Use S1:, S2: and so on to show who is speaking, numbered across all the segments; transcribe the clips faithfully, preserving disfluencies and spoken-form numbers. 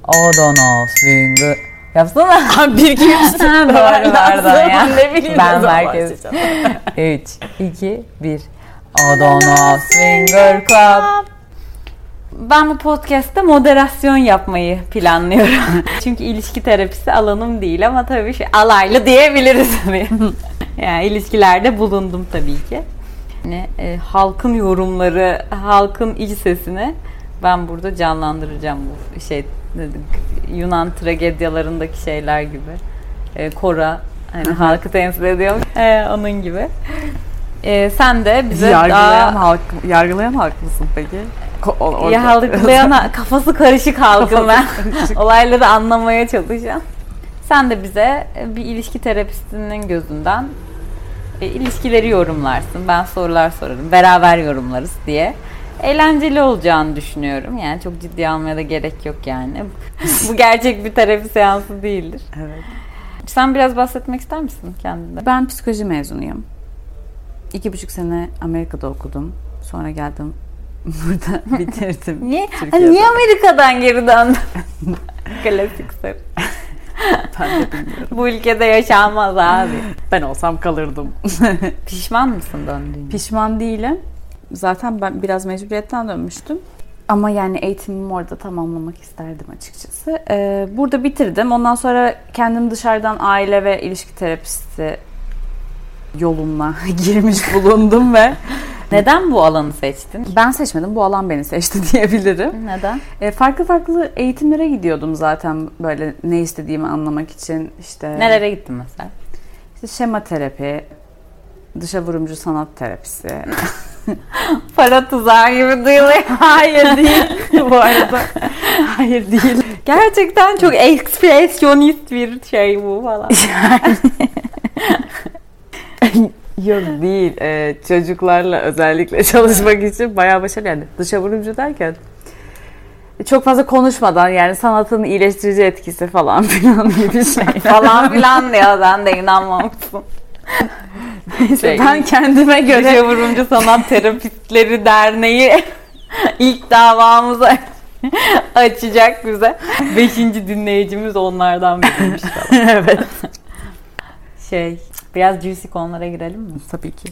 S1: I don't know swing. Yapsana.
S2: bir iki üç
S1: Doğru pardon ya.
S2: Ne bileyim
S1: Ben merkez. üç, iki, bir. I don't know swinger club. Ben bu podcast'te moderasyon yapmayı planlıyorum. Çünkü ilişki terapisi alanım değil ama tabii şey, alaylı diyebiliriz. Yani ilişkilerde bulundum tabii ki. Yani, e, halkın yorumları, halkın iç sesini ben burada canlandıracağım bu şey Yunan tragedyalarındaki şeyler gibi. E, Kora hani halkı temsil ediyor. E, onun gibi. E, sen de bize
S2: yargılayan
S1: daha
S2: halk, yargılayan halk mısın peki?
S1: Ko- yargılayan kafası karışık halkım ben. Olayları anlamaya çalışan. Sen de bize bir ilişki terapistinin gözünden e, ilişkileri yorumlarsın. Ben sorular sorarım. Beraber yorumlarız diye. Eğlenceli olacağını düşünüyorum. Yani çok ciddiye almaya da gerek yok yani. Bu gerçek bir terapi seansı değildir.
S2: Evet.
S1: Sen biraz bahsetmek ister misin kendinden?
S2: Ben psikoloji mezunuyum. İki buçuk sene Amerika'da okudum. Sonra geldim burada bitirdim.
S1: Niye?
S2: Türkiye'de.
S1: Niye Amerika'dan geri döndün? Klasik soru.
S2: Ben de bilmiyorum.
S1: Bu ülkede yaşanmaz abi.
S2: Ben olsam kalırdım.
S1: Pişman mısın döndüğün?
S2: Pişman değilim. Zaten ben biraz mecburiyetten dönmüştüm. Ama yani eğitimimi orada tamamlamak isterdim açıkçası. Ee, burada bitirdim. Ondan sonra kendim dışarıdan aile ve ilişki terapisti yoluna girmiş bulundum ve
S1: Neden bu alanı seçtin?
S2: ben seçmedim. Bu alan beni seçti diyebilirim.
S1: Neden?
S2: E, farklı farklı eğitimlere gidiyordum zaten böyle ne istediğimi anlamak için. İşte
S1: Nerelere gittin mesela?
S2: işte şema terapi, dışa vurumcu sanat terapisi.
S1: Para tuzağı gibi duyuluyor.
S2: Hayır değil bu arada. Hayır değil.
S1: Gerçekten çok ekspresyonist bir şey bu falan.
S2: Yok değil. Ee, çocuklarla özellikle çalışmak için bayağı başarılı. Yani dışa vurumcu derken çok fazla konuşmadan yani sanatın iyileştirici etkisi falan filan gibi şeyler.
S1: falan filan diyor. Ben de inanmamışsın.
S2: Neyse, ben kendime göre
S1: Dışa vurumcu sanat terapistleri derneği ilk davamızı açacak bize. Beşinci dinleyicimiz onlardan biriymiş falan.
S2: evet.
S1: Şey, biraz juicy konulara girelim mi?
S2: Tabii ki.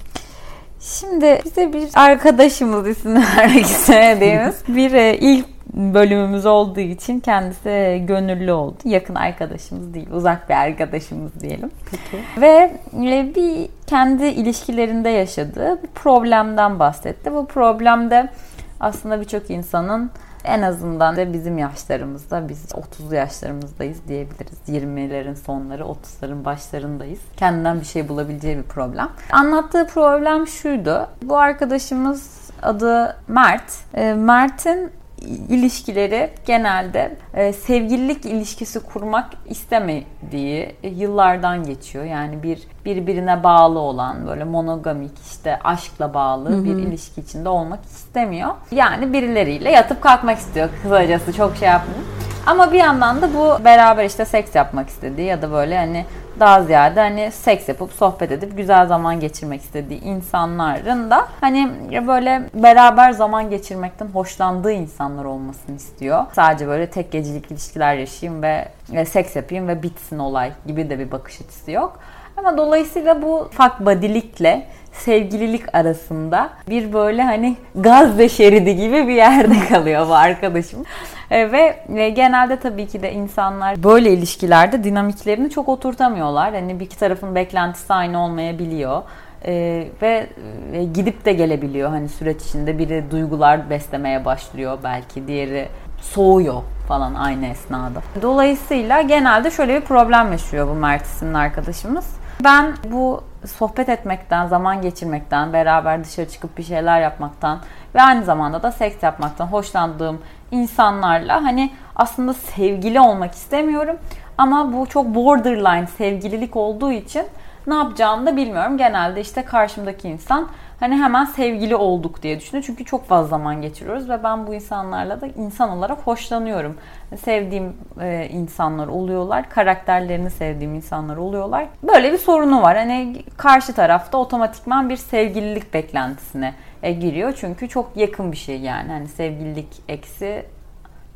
S1: Şimdi bize bir arkadaşımız, ismini vermek istemediğimiz bir e, ilk bölümümüz olduğu için kendisi gönüllü oldu. Yakın arkadaşımız değil, uzak bir arkadaşımız diyelim.
S2: Peki.
S1: Ve e, bir kendi ilişkilerinde yaşadığı bir problemden bahsetti. Bu problemde aslında birçok insanın en azından da bizim yaşlarımızda, biz otuzlu yaşlarımızdayız diyebiliriz. yirmilerin sonları, otuzların başlarındayız. Kendinden bir şey bulabileceği bir problem. Anlattığı problem şuydu. Bu arkadaşımız adı Mert. E, Mert'in ilişkileri genelde e, sevgililik ilişkisi kurmak istemediği yıllardan geçiyor. Yani bir birbirine bağlı olan böyle monogamik işte aşkla bağlı hı hı. bir ilişki içinde olmak istemiyor. Yani birileriyle yatıp kalkmak istiyor kısacası, çok şey yapmıyor. Ama bir yandan da bu beraber işte seks yapmak istediği ya da böyle hani daha ziyade hani seks yapıp sohbet edip güzel zaman geçirmek istediği insanların da hani böyle beraber zaman geçirmekten hoşlandığı insanlar olmasını istiyor. Sadece böyle tek gecelik ilişkiler yaşayayım ve seks yapayım ve bitsin olay gibi de bir bakış açısı yok. Ama dolayısıyla bu fuck buddy'likle sevgililik arasında bir böyle hani Gazze şeridi gibi bir yerde kalıyor bu arkadaşım. E, ve, ve genelde tabii ki de insanlar böyle ilişkilerde dinamiklerini çok oturtamıyorlar. Hani bir iki tarafın beklentisi aynı olmayabiliyor. E, ve e, gidip de gelebiliyor. Hani süreç içinde biri duygular beslemeye başlıyor belki, diğeri soğuyor falan aynı esnada. Dolayısıyla genelde şöyle bir problem yaşıyor bu Mert isimli arkadaşımız. Ben bu sohbet etmekten, zaman geçirmekten, beraber dışarı çıkıp bir şeyler yapmaktan ve aynı zamanda da seks yapmaktan hoşlandığım insanlarla hani aslında sevgili olmak istemiyorum. Ama bu çok borderline sevgililik olduğu için ne yapacağımı da bilmiyorum. Genelde işte karşımdaki insan hani hemen sevgili olduk diye düşünüyor. Çünkü çok fazla zaman geçiriyoruz ve ben bu insanlarla da insan olarak hoşlanıyorum. Sevdiğim e, insanlar oluyorlar. Karakterlerini sevdiğim insanlar oluyorlar. Böyle bir sorunu var. Hani karşı tarafta otomatikman bir sevgililik beklentisine e, giriyor. Çünkü çok yakın bir şey yani. Hani sevgililik eksi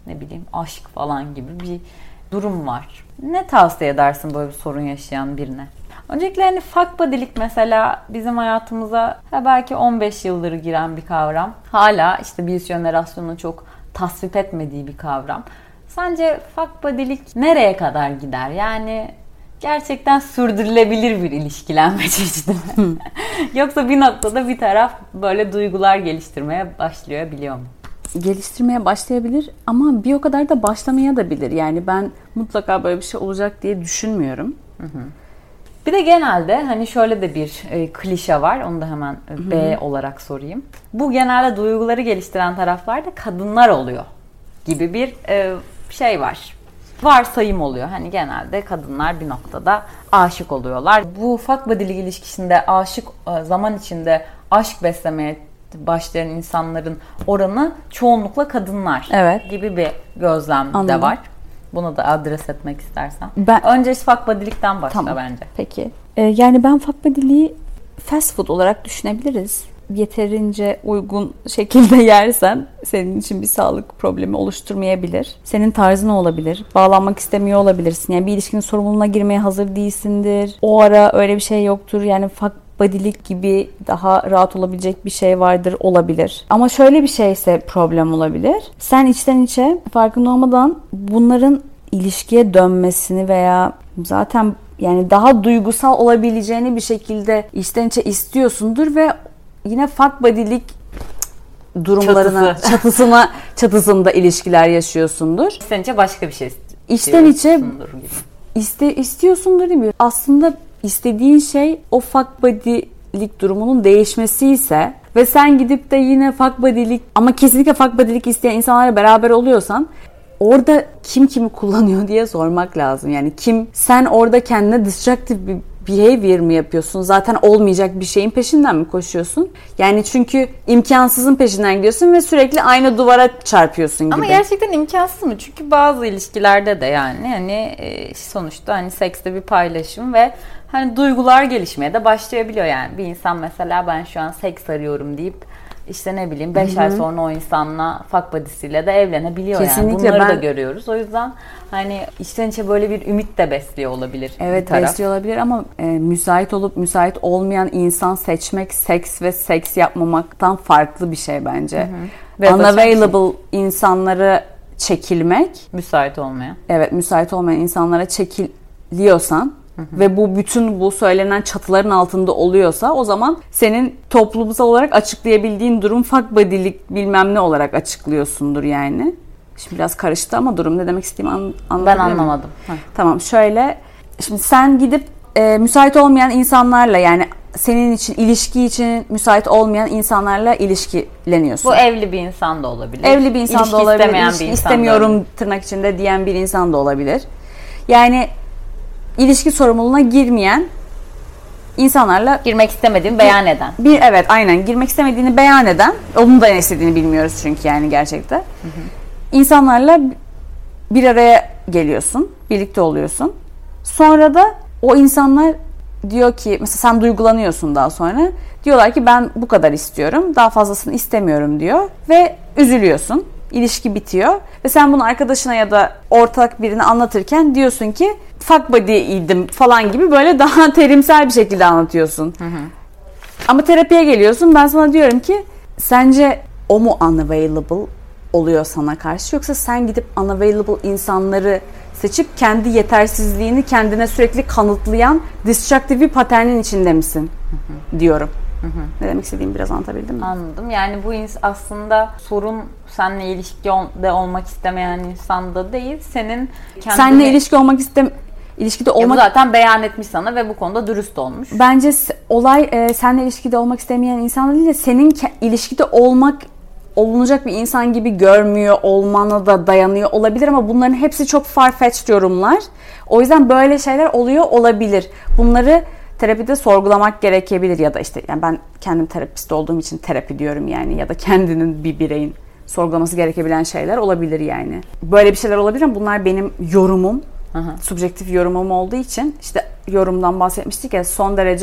S1: ne bileyim aşk falan gibi bir durum var. Ne tavsiye edersin böyle bir sorun yaşayan birine? Öncelikle hani fuck buddy'lik mesela bizim hayatımıza belki on beş yıldır giren bir kavram. Hala işte bir jenerasyonun çok tasvip etmediği bir kavram. Sence fuck buddy'lik nereye kadar gider? Yani gerçekten sürdürülebilir bir ilişkilenme çeşidi mi? Yoksa bir noktada bir taraf böyle duygular geliştirmeye başlıyor biliyor mu?
S2: Geliştirmeye başlayabilir ama bir o kadar da başlamaya da bilir. Yani ben mutlaka böyle bir şey olacak diye düşünmüyorum.
S1: Hı hı. Bir de genelde hani şöyle de bir e, klişe var. Onu da hemen e, B Hı-hı. olarak sorayım. Bu genelde duyguları geliştiren taraflarda kadınlar oluyor gibi bir e, şey var. Varsayım oluyor. Hani genelde kadınlar bir noktada aşık oluyorlar. Bu fuck buddy'lik ilişkisinde aşık e, zaman içinde aşk beslemeye başlayan insanların oranı çoğunlukla kadınlar
S2: evet.
S1: gibi bir gözlem
S2: Anladım.
S1: de var. Bunu da adres etmek istersen.
S2: Ben,
S1: Önce fuck buddy'likten başla
S2: tamam,
S1: bence.
S2: Peki. Ee, yani ben fuck buddy'liği fast food olarak düşünebiliriz. Yeterince uygun şekilde yersen senin için bir sağlık problemi oluşturmayabilir. Senin tarzın olabilir. Bağlanmak istemiyor olabilirsin. Yani bir ilişkinin sorumluluğuna girmeye hazır değilsindir. O ara öyle bir şey yoktur. Yani fuck buddy'lik gibi daha rahat olabilecek bir şey vardır, olabilir. Ama şöyle bir şeyse problem olabilir. Sen içten içe farkında olmadan bunların ilişkiye dönmesini veya zaten yani daha duygusal olabileceğini bir şekilde içten içe istiyorsundur ve yine fuck buddy'lik durumlarına, Çatısı. çatısına, çatısında ilişkiler yaşıyorsundur.
S1: İçten içe başka bir şey istiyorsundur.
S2: İçten içe iste, istiyorsundur değil mi? Aslında istediğin şey o fuck buddy'lik durumunun değişmesi ise ve sen gidip de yine fuck buddy'lik ama kesinlikle fuck buddy'lik isteyen insanlarla beraber oluyorsan orada kim kimi kullanıyor diye sormak lazım. Yani kim, sen orada kendine destructive bir behavior mı yapıyorsun? Zaten olmayacak bir şeyin peşinden mi koşuyorsun? Yani çünkü imkansızın peşinden gidiyorsun ve sürekli aynı duvara çarpıyorsun gibi.
S1: Ama gerçekten imkansız mı? Çünkü bazı ilişkilerde de yani hani sonuçta hani sekste bir paylaşım ve hani duygular gelişmeye de başlayabiliyor yani. Bir insan mesela ben şu an seks arıyorum deyip İşte ne bileyim beş ay sonra o insanla fuck buddy'siyle de evlenebiliyor. Kesinlikle yani. Bunları ben... da görüyoruz. O yüzden hani içten içe böyle bir ümit de besliyor olabilir.
S2: Evet, besliyor olabilir ama e, müsait olup müsait olmayan insan seçmek seks ve seks yapmamaktan farklı bir şey bence. Hı hı. Unavailable şey. insanları çekilmek.
S1: Müsait olmayan.
S2: Evet, müsait olmayan insanlara çekiliyorsan Hı hı. ve bu bütün bu söylenen çatıların altında oluyorsa o zaman senin toplumsal olarak açıklayabildiğin durum fuck buddy'lik bilmem ne olarak açıklıyorsundur yani. Şimdi biraz karıştı ama durum ne demek istediğimi an, anladın
S1: Ben anlamadım.
S2: Tamam, şöyle şimdi sen gidip e, müsait olmayan insanlarla yani senin için ilişki için müsait olmayan insanlarla ilişkileniyorsun.
S1: Bu evli bir insan da olabilir.
S2: Evli bir insan İlişki da olabilir. İstemeyen bir insan istemiyorum da tırnak içinde diyen bir insan da olabilir. Yani İlişki sorumluluğuna girmeyen insanlarla
S1: girmek istemediğini beyan eden.
S2: Bir evet aynen girmek istemediğini beyan eden, onun da ne istediğini bilmiyoruz çünkü yani gerçekten. Hı hı. İnsanlarla bir araya geliyorsun, birlikte oluyorsun. Sonra da o insanlar diyor ki mesela sen duygulanıyorsun daha sonra. Diyorlar ki ben bu kadar istiyorum, daha fazlasını istemiyorum diyor ve üzülüyorsun. İlişki bitiyor ve sen bunu arkadaşına ya da ortak birine anlatırken diyorsun ki fuck buddy'ydim falan gibi böyle daha terimsel bir şekilde anlatıyorsun. Hı hı. Ama terapiye geliyorsun, ben sana diyorum ki sence o mu unavailable oluyor sana karşı yoksa sen gidip unavailable insanları seçip kendi yetersizliğini kendine sürekli kanıtlayan destructive bir paternin içinde misin? Hı hı. diyorum. Hı hı. Ne demek istediğimi biraz anlatabildim mi?
S1: Anladım. Yani bu aslında sorun seninle ilişkide olmak istemeyen insanda değil, senin kendine...
S2: Seninle ilişki olmak istem ilişkide olmak...
S1: Ya bu zaten beyan etmiş sana ve bu konuda dürüst olmuş.
S2: Bence olay e, seninle ilişkide olmak istemeyen insan değil de senin ke- ilişkide olmak olunacak bir insan gibi görmüyor olmana da dayanıyor olabilir ama bunların hepsi çok far-fetched yorumlar. O yüzden böyle şeyler oluyor olabilir. Bunları terapide sorgulamak gerekebilir ya da işte yani ben kendim terapist olduğum için terapi diyorum yani ya da kendinin bir bireyin sorgulaması gerekebilen şeyler olabilir yani. Böyle bir şeyler olabilir ama bunlar benim yorumum. Aha. Subjektif yorumum olduğu için işte yorumdan bahsetmiştik ya son derece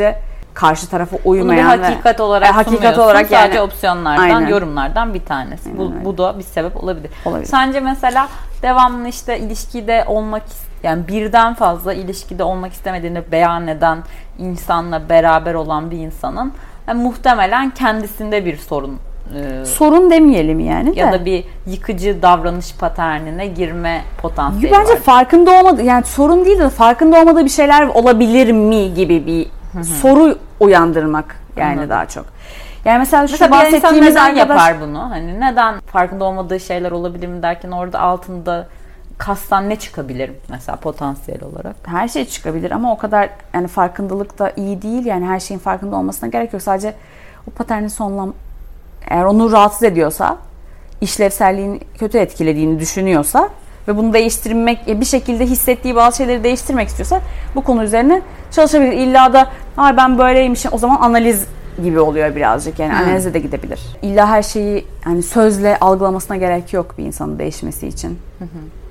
S2: karşı tarafa uymayan
S1: bunu bir hakikat
S2: ve,
S1: olarak
S2: e, hakikat olarak
S1: sadece
S2: yani,
S1: opsiyonlardan,
S2: aynen.
S1: yorumlardan bir tanesi.
S2: Aynen
S1: Bu,
S2: öyle.
S1: bu da bir sebep olabilir.
S2: olabilir.
S1: Sence mesela devamlı işte ilişkide olmak, yani birden fazla ilişkide olmak istemediğini beyan eden insanla beraber olan bir insanın yani muhtemelen kendisinde bir sorun e,
S2: sorun demeyelim yani
S1: ya
S2: de.
S1: da bir yıkıcı davranış paternine girme potansiyeli
S2: Bence
S1: var.
S2: farkında olmadı, yani sorun değil de farkında olmadığı bir şeyler olabilir mi gibi bir Hı-hı. soru uyandırmak yani Anladım. daha çok. Yani mesela şu
S1: mesela
S2: bahsettiğimiz
S1: neden
S2: arkadaş
S1: yapar bunu? Hani neden farkında olmadığı şeyler olabilir mi derken orada altında kastan ne çıkabilir mesela potansiyel olarak?
S2: Her şey çıkabilir ama o kadar yani farkındalık da iyi değil. Yani her şeyin farkında olmasına gerek yok. Sadece o paternin sonlan, eğer onu rahatsız ediyorsa, işlevselliğini kötü etkilediğini düşünüyorsa ve bunu değiştirmek, bir şekilde hissettiği bazı şeyleri değiştirmek istiyorsa bu konu üzerine çalışabilir. İlla da "Ay ben böyleymişim", o zaman analiz gibi oluyor birazcık. Yani hmm. analize de gidebilir. İlla her şeyi yani sözle algılamasına gerek yok bir insanın değişmesi için.
S1: Hı hı.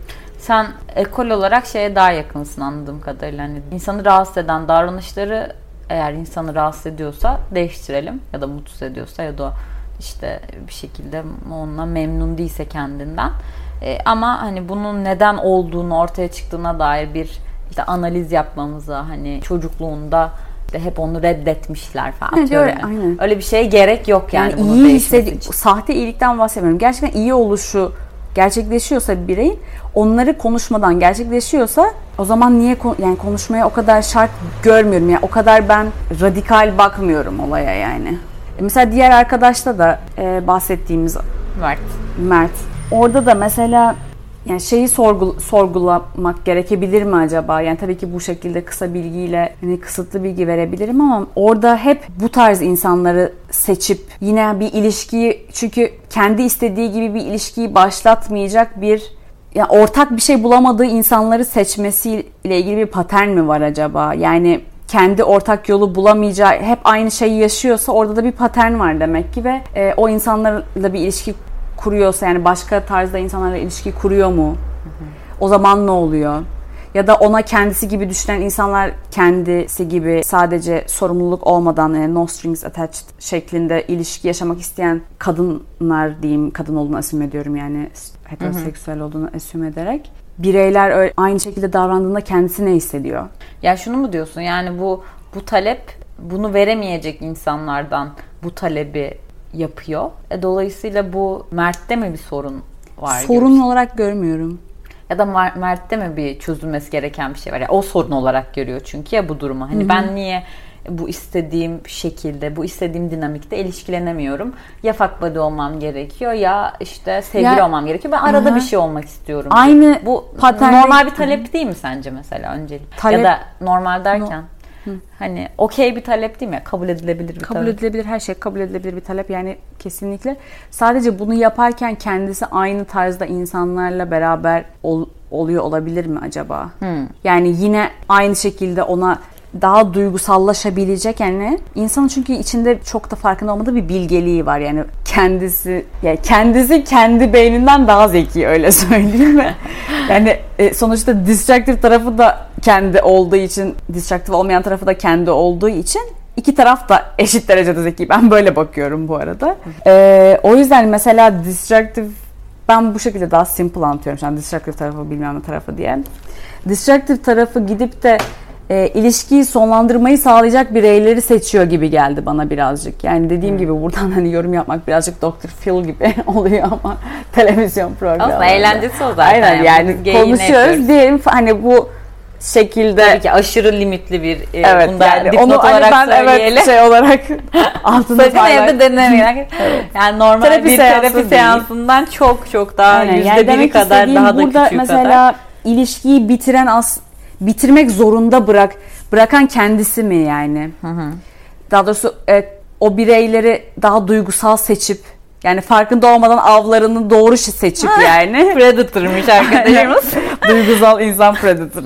S1: Sen ekol olarak şeye daha yakınsın anladığım kadarıyla. Hani insanı rahatsız eden davranışları eğer insanı rahatsız ediyorsa değiştirelim ya da mutsuz ediyorsa ya da işte bir şekilde onunla memnun değilse kendinden. E, ama hani bunun neden olduğunu ortaya çıktığına dair bir işte analiz yapmamıza hani çocukluğunda de hep onu reddetmişler falan.
S2: Evet, öyle, aynen.
S1: Öyle bir şeye gerek yok yani, yani
S2: iyi hissedi- sahte iyilikten bahsetmiyorum. Gerçekten iyi oluşu gerçekleşiyorsa bir bireyin, onları konuşmadan gerçekleşiyorsa o zaman niye yani konuşmaya o kadar şart görmüyorum. Yani o kadar ben radikal bakmıyorum olaya yani. Mesela diğer arkadaşta da e, bahsettiğimiz
S1: Mert.
S2: Mert. Orada da mesela yani şeyi sorgul- sorgulamak gerekebilir mi acaba? Yani tabii ki bu şekilde kısa bilgiyle hani kısıtlı bilgi verebilirim ama orada hep bu tarz insanları seçip yine bir ilişkiyi, çünkü kendi istediği gibi bir ilişkiyi başlatmayacak bir, yani ortak bir şey bulamadığı insanları seçmesiyle ilgili bir patern mi var acaba? Yani kendi ortak yolu bulamayacağı, hep aynı şeyi yaşıyorsa orada da bir patern var demek ki ve e, o insanlarla bir ilişki kuruyorsa, yani başka tarzda insanlarla ilişki kuruyor mu? Hı hı. O zaman ne oluyor? Ya da ona kendisi gibi düşünen insanlar kendisi gibi sadece sorumluluk olmadan yani no strings attached şeklinde ilişki yaşamak isteyen kadınlar diyeyim, kadın olduğunu assume ediyorum yani heteroseksüel hı hı. olduğunu assume ederek. Bireyler öyle, aynı şekilde davrandığında kendisi ne hissediyor?
S1: Ya şunu mu diyorsun, yani bu bu talep bunu veremeyecek insanlardan bu talebi yapıyor. E, dolayısıyla bu Mert'te mi bir sorun var?
S2: Sorun görüyorsun? Olarak görmüyorum.
S1: Ya da Mert'te mi bir çözülmesi gereken bir şey var? Yani o sorun olarak görüyor çünkü ya bu durumu. Hani Hı-hı. ben niye bu istediğim şekilde, bu istediğim dinamikte ilişkilenemiyorum? Ya fuck buddy olmam gerekiyor ya işte sevgili ya, olmam gerekiyor. Ben arada Hı-hı. bir şey olmak istiyorum.
S2: Aynı
S1: diye. Bu
S2: paternde...
S1: normal bir talep değil mi sence mesela öncelik? Talep... Ya da normal derken? No. Hı. Hani okey bir talep değil mi? Kabul edilebilir bir
S2: kabul
S1: talep.
S2: Kabul edilebilir, her şey kabul edilebilir bir talep yani kesinlikle. Sadece bunu yaparken kendisi aynı tarzda insanlarla beraber ol, oluyor olabilir mi acaba? Hmm. Yani yine aynı şekilde ona daha duygusallaşabilecek, yani insanın çünkü içinde çok da farkında olmadığı bir bilgeliği var yani kendisi, yani kendisi kendi beyninden daha zeki, öyle söyleyeyim mi? Yani e, sonuçta distractive tarafı da kendi olduğu için, distractive olmayan tarafı da kendi olduğu için iki taraf da eşit derecede zeki. Ben böyle bakıyorum bu arada. E, o yüzden mesela distractive, ben bu şekilde daha simple anlatıyorum şu an, distractive tarafı bilmem ne tarafı diye. Distractive tarafı gidip de E, ilişkiyi sonlandırmayı sağlayacak bireyleri seçiyor gibi geldi bana birazcık. Yani dediğim hmm. gibi buradan hani yorum yapmak birazcık doktor Phil gibi oluyor ama televizyon programı.
S1: Aslında eğlencesi o zaten.
S2: Aynen yani, yani konuşuyoruz diyelim hani bu şekilde.
S1: Tabii ki aşırı limitli bir e,
S2: evet,
S1: bunda
S2: yani
S1: dipnot
S2: onu
S1: olarak
S2: hani ben
S1: söyleyelim.
S2: Evet şey olarak altında
S1: sakın evde denemeyin. Evet. Yani normal terapi bir terapi seansından çok çok daha aynen. yüzde yani biri kadar daha da
S2: burada
S1: küçük
S2: mesela
S1: kadar.
S2: ilişkiyi bitiren as bitirmek zorunda bırak bırakan kendisi mi yani? Hı hı. Daha doğrusu e, o bireyleri daha duygusal seçip, yani farkında olmadan avlarını doğru seçip yani.
S1: Predator'mış arkadaşımız.
S2: Duygusal insan predator.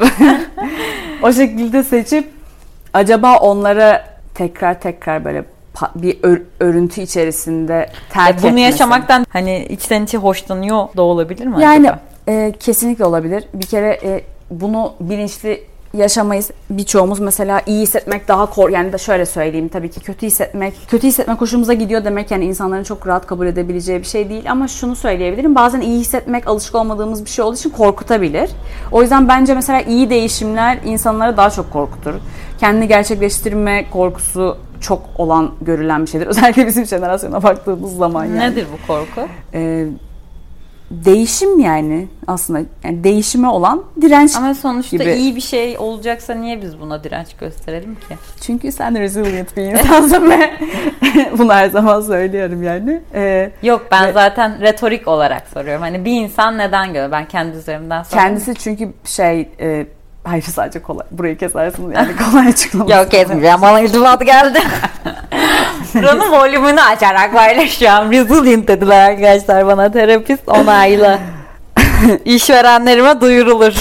S2: O şekilde seçip acaba onlara tekrar tekrar böyle bir ör, örüntü içerisinde terk etmesi.
S1: Bunu yaşamaktan hani içten içe hoşlanıyor da olabilir mi
S2: yani,
S1: acaba?
S2: Yani e, kesinlikle olabilir. Bir kere e, bunu bilinçli yaşamayız. Birçoğumuz mesela iyi hissetmek daha kor yani de şöyle söyleyeyim, tabii ki kötü hissetmek kötü hissetmek hoşumuza gidiyor demek yani insanların çok rahat kabul edebileceği bir şey değil, ama şunu söyleyebilirim, bazen iyi hissetmek alışık olmadığımız bir şey olduğu için korkutabilir. O yüzden bence mesela iyi değişimler insanları daha çok korkutur. Kendini gerçekleştirme korkusu çok olan, görülen bir şeydir. Özellikle bizim jenerasyona baktığımız zaman yani.
S1: Nedir bu korku?
S2: Ee, değişim yani aslında. Yani değişime olan direnç.
S1: Ama sonuçta
S2: gibi.
S1: iyi bir şey olacaksa niye biz buna direnç gösterelim ki?
S2: Çünkü sen resilient bir insansın ve bunu her zaman söylüyorum yani. Ee,
S1: Yok ben
S2: ve
S1: zaten retorik olarak soruyorum. Hani bir insan neden görüyor? Ben kendi üzerimden soruyorum.
S2: kendisi çünkü şey... E, hayır sadece kolay. Burayı kesersin yani kolay açıklaması.
S1: Yok kesmeyeceğim. Bana iltifat geldi. Buranın volümünü açarak paylaşacağım. Resilient dediler arkadaşlar bana. Terapist onaylı. İşverenlerime duyurulur.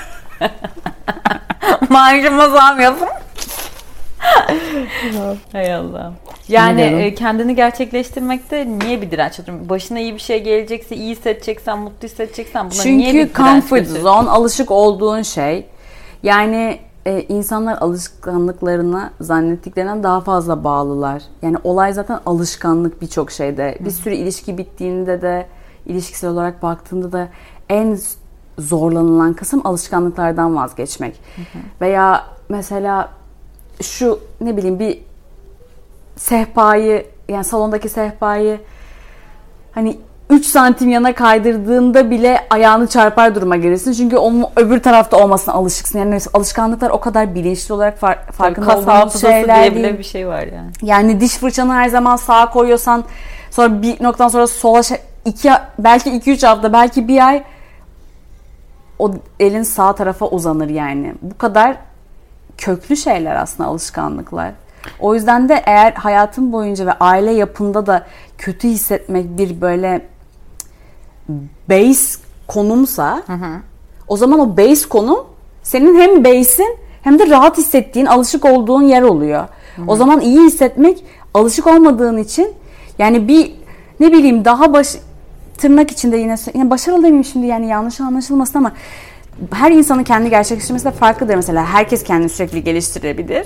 S1: Maaşıma zam yapın. Hay Allah'ım. Yani e, kendini gerçekleştirmekte niye bir direnç? Başına iyi bir şey gelecekse, iyi hissedeceksen, mutlu hissedeceksen buna
S2: çünkü
S1: niye bir direnç
S2: comfort
S1: gösterir?
S2: zone, alışık olduğun şey. Yani e, insanlar alışkanlıklarına zannettiklerinden daha fazla bağlılar. Yani olay zaten alışkanlık birçok şeyde. Bir sürü ilişki bittiğinde de, ilişkisel olarak baktığında da en zorlanılan kısım alışkanlıklardan vazgeçmek. Hı hı. Veya mesela şu ne bileyim bir sehpayı, yani salondaki sehpayı hani üç santim yana kaydırdığında bile ayağını çarpar duruma gelirsin. Çünkü onun öbür tarafta olmasına alışıksın. Yani alışkanlıklar o kadar bilinçli olarak far, farkında olduğumuz şeyler
S1: diye
S2: değil.
S1: bile bir şey var yani.
S2: Yani diş fırçanı her zaman sağa koyuyorsan sonra bir noktadan sonra sola iki, belki iki üç hafta belki bir ay o elin sağ tarafa uzanır yani. Bu kadar köklü şeyler aslında alışkanlıklar. O yüzden de eğer hayatın boyunca ve aile yapında da kötü hissetmek bir böyle base konumsa, hı hı, o zaman o base konum senin hem base'in hem de rahat hissettiğin, alışık olduğun yer oluyor. Hı hı. O zaman iyi hissetmek alışık olmadığın için yani bir ne bileyim daha baş tırnak içinde yine, yine başarılı demeyeyim şimdi yani yanlış anlaşılmasın ama her insanın kendi gerçekleştirmesi de farklıdır mesela. Herkes kendini sürekli geliştirebilir.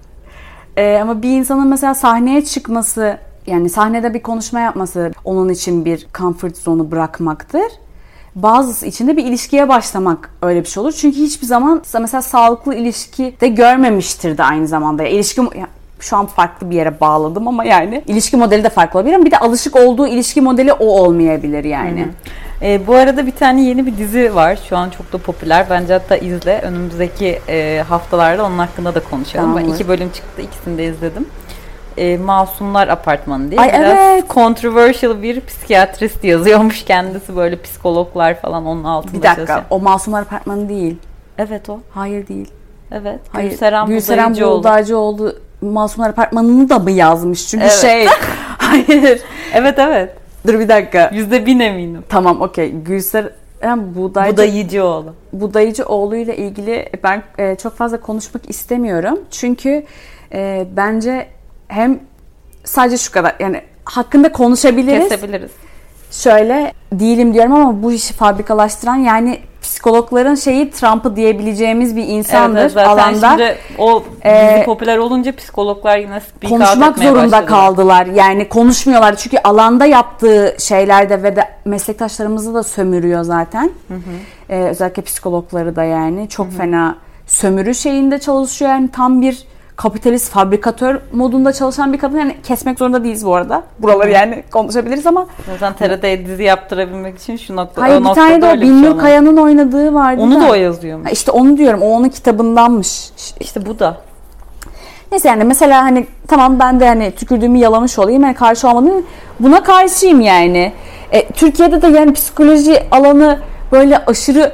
S2: Ee, ama bir insanın mesela sahneye çıkması, yani sahnede bir konuşma yapması onun için bir comfort zone'u bırakmaktır. Bazısı için de bir ilişkiye başlamak öyle bir şey olur. Çünkü hiçbir zaman mesela sağlıklı ilişki de görmemiştir de aynı zamanda. Ya, ilişki ya, şu an farklı bir yere bağladım ama yani ilişki modeli de farklı olabilir ama bir de alışık olduğu ilişki modeli o olmayabilir yani. Hı hı.
S1: E, bu arada bir tane yeni bir dizi var. Şu an çok da popüler. Bence hatta izle. Önümüzdeki e, haftalarda onun hakkında da konuşalım. Tamam. Ben iki bölüm çıktı. İkisini de izledim. E, Masumlar Apartmanı diye.
S2: Ay,
S1: biraz
S2: evet.
S1: controversial bir psikiyatrist yazıyormuş kendisi. Böyle psikologlar falan onun altında
S2: çalışıyor. Bir dakika.
S1: Çalışıyor.
S2: O Masumlar Apartmanı değil.
S1: Evet o.
S2: Hayır değil.
S1: Evet.
S2: Hayır.
S1: Gülseren,
S2: Gülseren Buğdaycıoğlu Masumlar Apartmanı'nı da mı yazmış? Çünkü
S1: evet.
S2: şey... Hayır.
S1: Evet evet.
S2: Dur bir dakika.
S1: Yüzde bin eminim.
S2: Tamam okey. Gülseren Buğdaycı...
S1: Budayıcıoğlu.
S2: Budayıcıoğlu ile ilgili ben e, çok fazla konuşmak istemiyorum. Çünkü e, bence hem sadece şu kadar yani hakkında konuşabiliriz.
S1: Kesebiliriz.
S2: Şöyle değilim diyorum ama bu işi fabrikalaştıran yani psikologların şeyi Trump'ı diyebileceğimiz bir insandır
S1: evet, zaten
S2: alanda.
S1: Şimdi o dizi ee, popüler olunca psikologlar yine speak out
S2: konuşmak zorunda
S1: başladılar.
S2: kaldılar. Yani konuşmuyorlar çünkü alanda yaptığı şeylerde ve de meslektaşlarımızı da sömürüyor zaten. Hı hı. Ee, özellikle psikologları da yani çok hı hı. fena sömürü şeyinde çalışıyor yani tam bir kapitalist fabrikatör modunda çalışan bir kadın. Yani kesmek zorunda değiliz bu arada. Buraları yani konuşabiliriz ama.
S1: Zaten T R T'ye dizi yaptırabilmek için şu nokta.
S2: Hayır bir tane de o Binnur şey Kaya'nın oynadığı vardı.
S1: Onu
S2: da,
S1: da o yazıyormuş.
S2: İşte onu diyorum. O onun kitabındanmış.
S1: İşte bu da.
S2: Neyse yani mesela hani tamam ben de hani tükürdüğümü yalamış olayım. Yani karşı olmadım. Buna karşıyım yani. E, Türkiye'de de yani psikoloji alanı böyle aşırı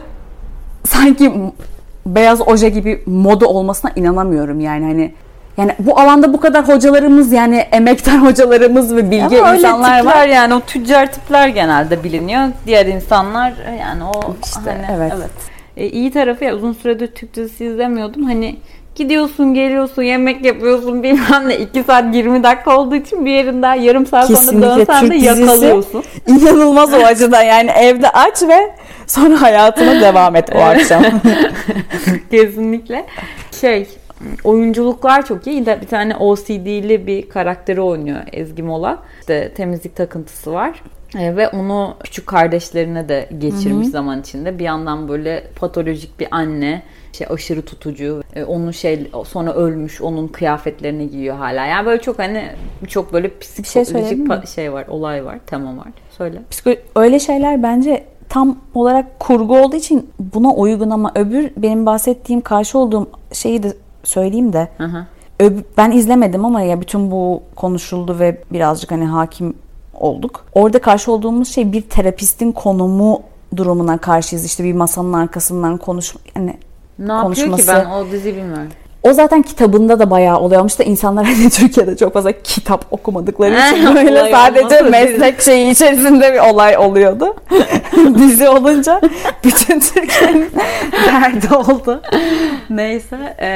S2: sanki beyaz oje gibi moda olmasına inanamıyorum yani hani yani bu alanda bu kadar hocalarımız yani emektar hocalarımız ve bilge ama insanlar
S1: tipler
S2: var.
S1: Yani o tüccar tipler genelde biliniyor. Diğer insanlar yani o
S2: işte
S1: hani,
S2: evet.
S1: evet. E, iyi tarafı ya uzun süredir Türk dizisi izlemiyordum. Hani gidiyorsun, geliyorsun, yemek yapıyorsun bilmem ne iki saat yirmi dakika olduğu için bir yerinden yarım saat
S2: kesinlikle
S1: sonra dönsen de yakalıyorsun.
S2: İnanılmaz o açıdan yani evde aç ve Sonra hayatına devam et o akşam.
S1: Kesinlikle. Şey, oyunculuklar çok iyi. Bir tane O C D'li bir karakteri oynuyor Ezgi Mola. İşte temizlik takıntısı var. E, ve onu küçük kardeşlerine de geçirmiş, hı-hı, zaman içinde. Bir yandan böyle patolojik bir anne, şey aşırı tutucu. E, onun şey sonra ölmüş, onun kıyafetlerini giyiyor hala. Yani böyle çok hani çok böyle psikolojik şey, pa- şey var, olay var, tema var. Söyle.
S2: Psiko- öyle şeyler bence tam olarak kurgu olduğu için buna uygun, ama öbür benim bahsettiğim, karşı olduğum şeyi de söyleyeyim de. Hı-hı. Öb- ben izlemedim ama ya bütün bu konuşuldu ve birazcık hani hakim olduk. Orada karşı olduğumuz şey bir terapistin konumu durumuna karşıyız. İşte bir masanın arkasından konuş yani
S1: ne konuşması. Yapıyor ki, ben o diziyi bilmiyorum.
S2: O zaten kitabında da bayağı oluyormuş da insanlar hani Türkiye'de çok fazla kitap okumadıkları için böyle sadece meslek şeyi içerisinde bir olay oluyordu. Dizi olunca bütün Türkiye'nin derdi oldu. Neyse. E...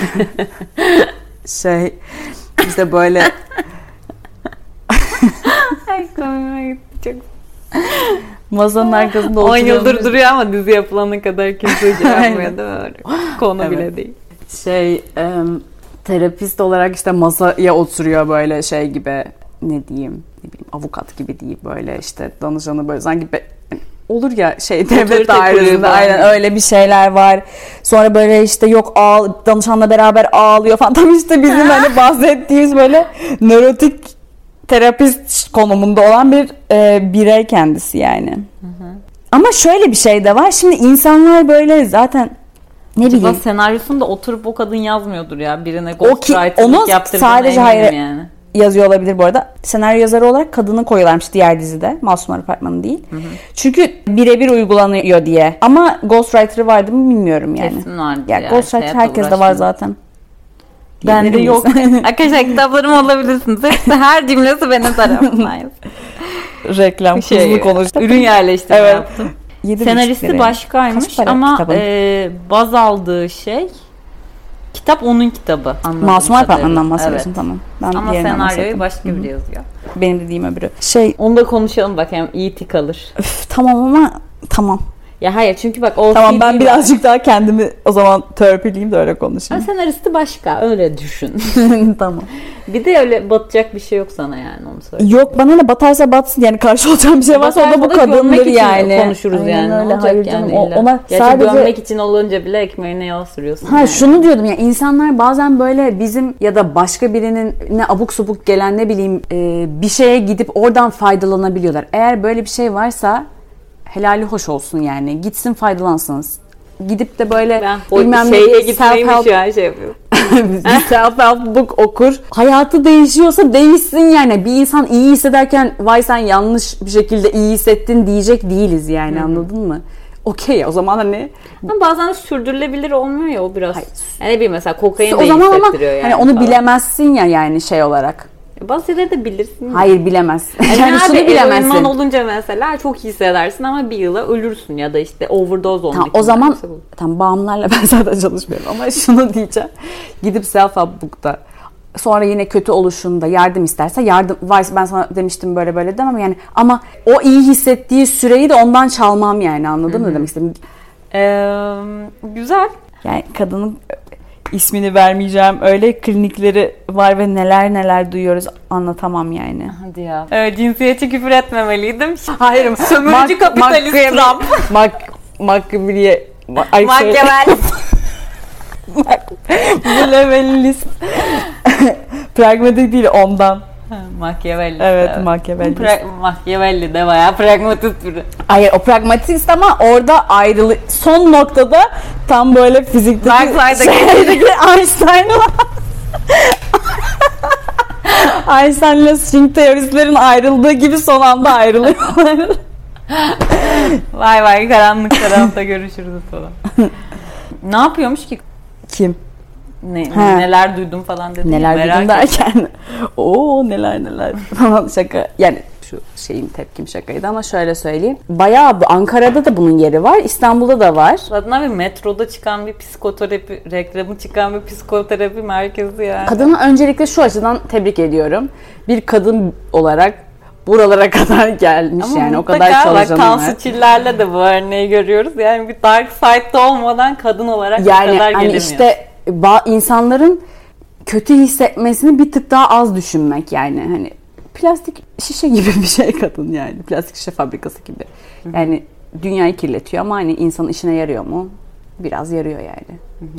S2: şey işte böyle
S1: ay komik, çok
S2: masanın arkasında oturuyormuş.
S1: on yıldır duruyor ama dizi yapılana kadar kimse yapmıyor değil mi? Konu evet. Bile değil.
S2: Şey e, terapist olarak işte masaya oturuyor böyle şey gibi, ne diyeyim, ne bileyim, avukat gibi değil, böyle işte danışanı böyle sanki be, olur ya şey devlet dairesinde aynen öyle bir şeyler var. Sonra böyle işte yok ağl danışanla beraber ağlıyor falan. Tam işte bizim hani bahsettiğimiz böyle nörotik terapist konumunda olan bir e, birey kendisi yani. Hı hı. Ama şöyle bir şey de var. Şimdi insanlar böyle zaten ne
S1: acaba
S2: bileyim.
S1: Senaryosunu da oturup o kadın yazmıyordur ya. Birine ghostwriter'lık yaptırdığına eminim hayır, yani.
S2: Yazıyor olabilir bu arada. Senaryo yazarı olarak kadını koyuyorlarmış diğer dizide. Masumlar Apartmanı değil. Hı hı. Çünkü birebir uygulanıyor diye. Ama ghostwriter'ı vardı mı bilmiyorum yani.
S1: Kesin vardı
S2: yani
S1: ya.
S2: Ghostwriter herkeste var zaten.
S1: Ben de yok. Arkadaşlar kitaplarım alabilirsiniz. Hepsi, her cümlesi benim tarafımdayız.
S2: Reklam, şey, hızlı konuştum.
S1: Ürün yerleştirme evet. Yaptım.
S2: Yedi
S1: senaristi başkaymış ama e, baz aldığı şey kitap onun kitabı.
S2: Masumlar Apartmanı'ndan bahsediyorsun evet. Tamam.
S1: Ben ama senaryoyu başka biri yazıyor.
S2: Benim dediğim öbürü. Şey,
S1: onu da konuşalım bakayım. İyi tik alır.
S2: Üf, tamam ama tamam.
S1: Ya hayır çünkü bak o
S2: tamam ben birazcık var. Daha kendimi o zaman törpüleyeyim de öyle konuşayım.
S1: Ama senaristi başka öyle düşün.
S2: Tamam.
S1: Bir de öyle batacak bir şey yok sana yani onu söyleyeyim.
S2: Yok bana ne batarsa batsın yani karşı olacağım bir şey varsa o da bu kadındır yani.
S1: Konuşuruz aynen yani.
S2: Öyle, hayır
S1: yani
S2: o, ona
S1: gerçi sadece gömmek için olunca bile ekmeğine yağ sürüyorsun.
S2: Ha yani. Şunu diyordum ya insanlar bazen böyle bizim ya da başka birinin ne abuk subuk gelen ne bileyim e, bir şeye gidip oradan faydalanabiliyorlar. Eğer böyle bir şey varsa helali hoş olsun yani. Gitsin faydalansınız. Gidip de böyle
S1: ben bilmem şeye gitmeymiş ya şey yapıyor.
S2: Self-help book okur. Hayatı değişiyorsa değişsin yani. Bir insan iyi hissederken vay sen yanlış bir şekilde iyi hissettin diyecek değiliz yani. Hmm. Anladın mı? Okey o zaman hani.
S1: Ama bazen sürdürülebilir olmuyor ya o biraz. Hayır. Yani bir mesela kokain de
S2: o zaman
S1: hissettiriyor
S2: ama,
S1: yani.
S2: Hani onu falan. Bilemezsin ya yani şey olarak.
S1: Bazı şeyleri de bilirsin.
S2: Hayır bilemezsin.
S1: Yani, yani şunu bilemezsin. Eroinman olunca mesela çok iyi hissedersin ama bir yıla ölürsün ya da işte overdose olmak.
S2: Tamam, o zaman tam bağımlarla ben zaten çalışmıyorum ama şunu diyeceğim. Gidip self-help book'ta sonra yine kötü oluşunda yardım isterse yardım Vice ben sana demiştim böyle böyle demem yani ama o iyi hissettiği süreyi de ondan çalmam yani anladın mı demek istedim.
S1: Ee, güzel.
S2: Yani kadının İsmini vermeyeceğim. Öyle klinikleri var ve neler neler duyuyoruz anlatamam yani.
S1: Hadi ya. Evet, cinsiyetçi küfür etmemeliydim.
S2: Hayır.
S1: Sömürücü kapitalist Trump.
S2: Mak Machiavelli.
S1: Machiavelli.
S2: Machiavellist. Pragmatik değil ondan.
S1: Machiavelli.
S2: Evet, evet. Machiavelli.
S1: Pra- Machiavelli de bayağı pragmatist biri.
S2: Hayır, o pragmatist ama orada ayrılı son noktada tam böyle fizikteki şeydeki Einstein var. Einstein'la string teoristlerin ayrıldığı gibi son anda ayrılıyorlar.
S1: Vay vay karanlık tarafta görüşürüz falan. Ne yapıyormuş ki?
S2: Kim?
S1: Ne, neler duydum falan dedim.
S2: Neler ya, duydum derken ooo neler neler falan şaka yani şu şeyim tepkim şakaydı ama şöyle söyleyeyim. Bayağı Ankara'da da bunun yeri var. İstanbul'da da var.
S1: Zaten bir metroda çıkan bir psikoterapi reklamı çıkan bir psikoterapi merkezi yani.
S2: Kadını öncelikle şu açıdan tebrik ediyorum. Bir kadın olarak buralara kadar gelmiş
S1: ama
S2: yani o
S1: mutlaka,
S2: kadar çalışanı
S1: bak,
S2: var.
S1: Tansu Çiller'le de bu örneği görüyoruz. Yani bir dark side'da olmadan kadın olarak
S2: yani,
S1: bu kadar
S2: hani
S1: gelemiyor.
S2: işte ba- insanların kötü hissetmesini bir tık daha az düşünmek yani hani plastik şişe gibi bir şey kadın yani plastik şişe fabrikası gibi. Yani dünyayı kirletiyor ama hani insanın işine yarıyor mu? Biraz yarıyor yani.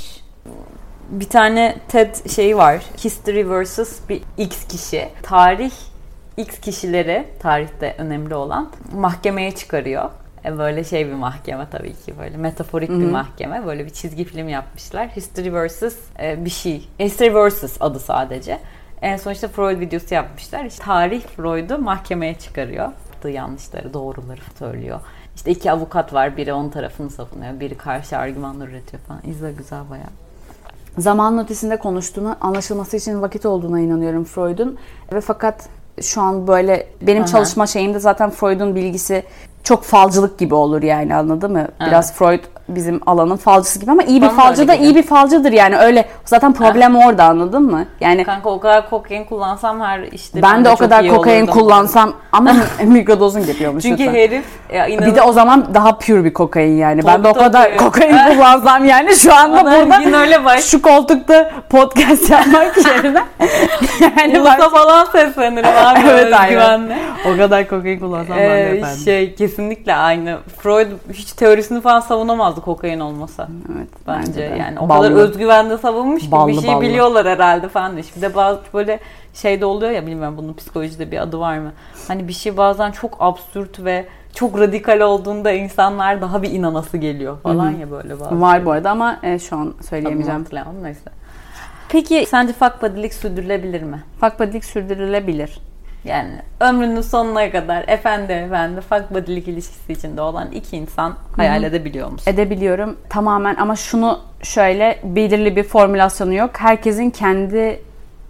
S1: Bir tane TED şeyi var. History versus bir X kişi. Tarih X kişileri, tarihte önemli olan, mahkemeye çıkarıyor. E böyle şey bir mahkeme tabii ki, böyle metaforik bir
S2: Hı-hı.
S1: mahkeme. Böyle bir çizgi film yapmışlar. History versus e, bir şey. History versus adı sadece. En son işte Freud videosu yapmışlar. İşte tarih Freud'u mahkemeye çıkarıyor. Yaptığı yanlışları, doğruları söylüyor. İşte iki avukat var. Biri onun tarafını savunuyor. Biri karşı argümanlar üretiyor falan. İzle, güzel bayağı.
S2: Zamanın ötesinde konuştuğunu, anlaşılması için vakit olduğuna inanıyorum Freud'un. Ve fakat şu an böyle benim
S1: Aha.
S2: çalışma şeyimde zaten Freud'un bilgisi çok falcılık gibi olur yani, anladın mı? Biraz evet. Freud bizim alanın falcısı gibi ama iyi bir Bana falcı da iyi bir falcıdır yani, öyle zaten problem ha. orada, anladın mı? Yani
S1: kanka o kadar kokain kullansam her işte
S2: ben de o kadar kokain kullansam ama mikrodozun geliyormuş.
S1: Çünkü
S2: lütfen.
S1: herif ya inanın...
S2: Bir de o zaman daha pure bir kokain yani.
S1: Tabii,
S2: ben de o kadar tabii. kokain kullansam yani şu anda
S1: Ona
S2: burada
S1: öyle
S2: şu koltukta podcast yapmak yerine
S1: yani Ulusa falan seslenirim abi.
S2: Evet, aynen. O kadar kokain kullansam ee, ben de efendim.
S1: Şey kesinlikle aynı. Freud hiç teorisini falan savunamazdı kokain olmasa.
S2: Evet.
S1: Bence, bence yani o
S2: ballı.
S1: kadar özgüvenle savunmuş ki ballı, bir şey ballı. biliyorlar herhalde falan. Bir de bazı böyle şeyde oluyor ya, bilmiyorum bunun psikolojide bir adı var mı? Hani bir şey bazen çok absürt ve çok radikal olduğunda insanlar daha bir inanası geliyor falan Hı-hı. ya böyle bazı.
S2: Var şey. Bu arada ama e, şu an söyleyemeyeceğim.
S1: Neyse. Peki sence fuck buddy'lik sürdürülebilir mi?
S2: Fuck buddy'lik sürdürülebilir.
S1: Yani ömrünün sonuna kadar efendi efendi fuck buddy'lik ilişkisi içinde olan iki insan hayal Hı-hı. edebiliyor musun?
S2: Edebiliyorum tamamen, ama şunu şöyle, belirli bir formülasyonu yok. Herkesin kendi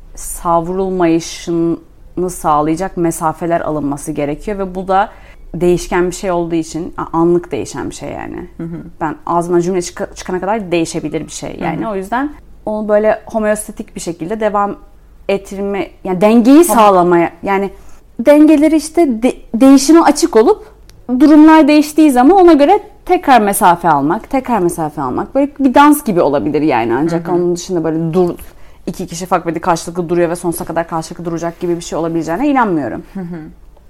S2: savrulmayışını sağlayacak mesafeler alınması gerekiyor ve bu da değişken bir şey olduğu için, anlık değişen bir şey yani. Hı hı. Ben ağzımdan cümle çık- çıkana kadar değişebilir bir şey yani. Hı hı. O yüzden onu böyle homeostatik bir şekilde devam ettirme, yani dengeyi sağlamaya, yani dengeleri işte de- değişime açık olup durumlar değiştiği zaman ona göre tekrar mesafe almak, tekrar mesafe almak, böyle bir dans gibi olabilir yani, ancak hı hı. onun dışında böyle dur iki kişi fuck buddy karşılıklı duruyor ve sonsuza kadar karşılıklı duracak gibi bir şey olabileceğine inanmıyorum. Hı hı.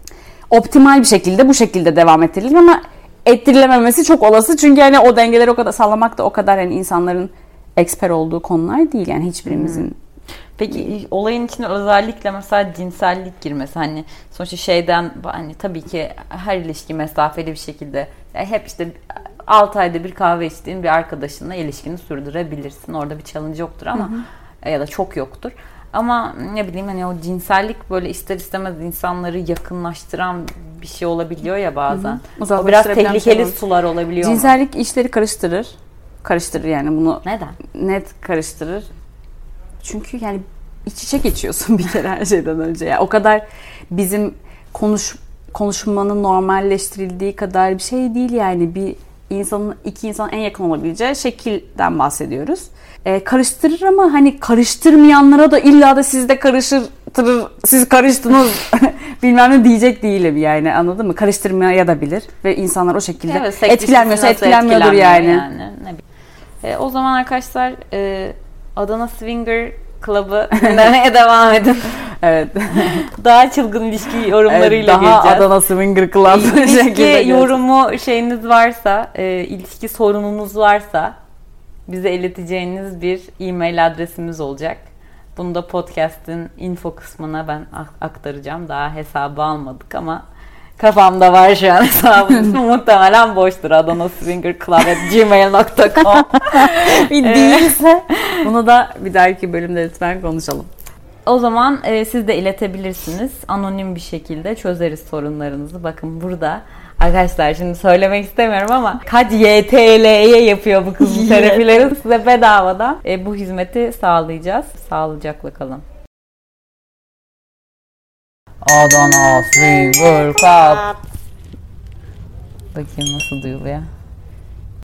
S2: Optimal bir şekilde bu şekilde devam ettirilir ama ettirilememesi çok olası, çünkü hani o dengeleri o kadar sağlamak da o kadar yani insanların eksper olduğu konular değil yani, hiçbirimizin. Hmm.
S1: Peki olayın içine özellikle mesela cinsellik girmesi, hani sonuçta şeyden, hani tabii ki her ilişki mesafeli bir şekilde, yani hep işte altı ayda bir kahve içtiğin bir arkadaşınla ilişkini sürdürebilirsin. Orada bir challenge yoktur ama hı hı. ya da çok yoktur. Ama ne bileyim hani o cinsellik böyle ister istemez insanları yakınlaştıran bir şey olabiliyor ya bazen. Hı hı. O biraz tehlikeli şey sular olabiliyor.
S2: Cinsellik mu? işleri karıştırır. Karıştırır yani bunu.
S1: Neden?
S2: Net karıştırır. Çünkü yani iç içe geçiyorsun bir kere her şeyden önce. Yani o kadar bizim konuş konuşmanın normalleştirildiği kadar bir şey değil yani. Bir insanın, iki insan en yakın olabileceği şekilden bahsediyoruz. Ee, karıştırır ama hani karıştırmayanlara da illa da siz de karıştırır, siz karıştınız bilmem ne diyecek değilim yani, anladın mı? Karıştırmaya da bilir ve insanlar o şekilde evet, etkilenmiyorsa etkilenmiyordur yani. yani. Ne
S1: e, o zaman arkadaşlar e, Adana Swinger Club'ı dinlemeye devam edin.
S2: Evet.
S1: Daha çılgın ilişki yorumlarıyla
S2: evet,
S1: daha
S2: geleceğiz. Adana Swinger Club.
S1: İlişki yorumu şeyiniz varsa, e, ilişki sorununuz varsa bize ileteceğiniz bir e-mail adresimiz olacak. Bunu da podcast'in info kısmına ben aktaracağım. Daha hesabı almadık ama kafamda var şu an hesabımız. Muhtemelen boştur. Adana Swinger Club at gmail nokta com
S2: Değilse bunu da bir dahaki bölümde lütfen konuşalım.
S1: O zaman e, siz de iletebilirsiniz. Anonim bir şekilde çözeriz sorunlarınızı. Bakın burada arkadaşlar, şimdi söylemek istemiyorum ama kaç Y T L'ye yapıyor bu kızın terapileri, size bedavadan e, bu hizmeti sağlayacağız. Sağlıcakla kalın. Adana Swinger Club. Bakayım nasıl duyuluyor.